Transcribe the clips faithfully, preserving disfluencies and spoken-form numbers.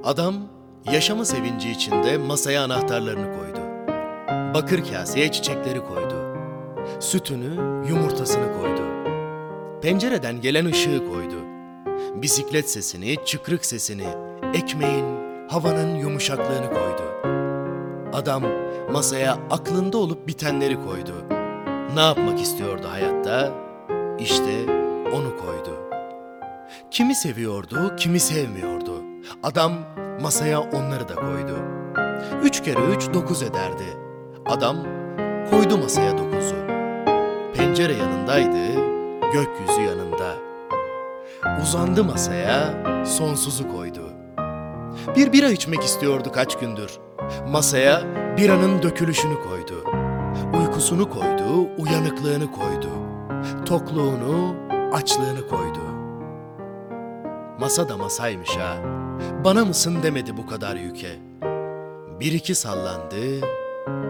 Adam yaşama sevinci içinde masaya anahtarlarını koydu. Bakır kaseye çiçekleri koydu. Sütünü, yumurtasını koydu. Pencereden gelen ışığı koydu. Bisiklet sesini, çıkrık sesini, ekmeğin, havanın yumuşaklığını koydu. Adam masaya aklında olup bitenleri koydu. Ne yapmak istiyordu hayatta? İşte onu koydu. Kimi seviyordu, kimi sevmiyordu. Adam masaya onları da koydu. Üç kere üç dokuz ederdi. Adam koydu masaya dokuzu. Pencere yanındaydı, gökyüzü yanında. Uzandı masaya, sonsuzu koydu. Bir bira içmek istiyordu kaç gündür. Masaya biranın dökülüşünü koydu. Uykusunu koydu, uyanıklığını koydu. Tokluğunu, açlığını koydu. Masa da masaymış ha. Bana mısın demedi bu kadar yüke. Bir iki sallandı,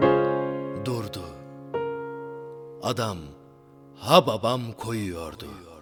durdu. Adam ha babam koyuyordu.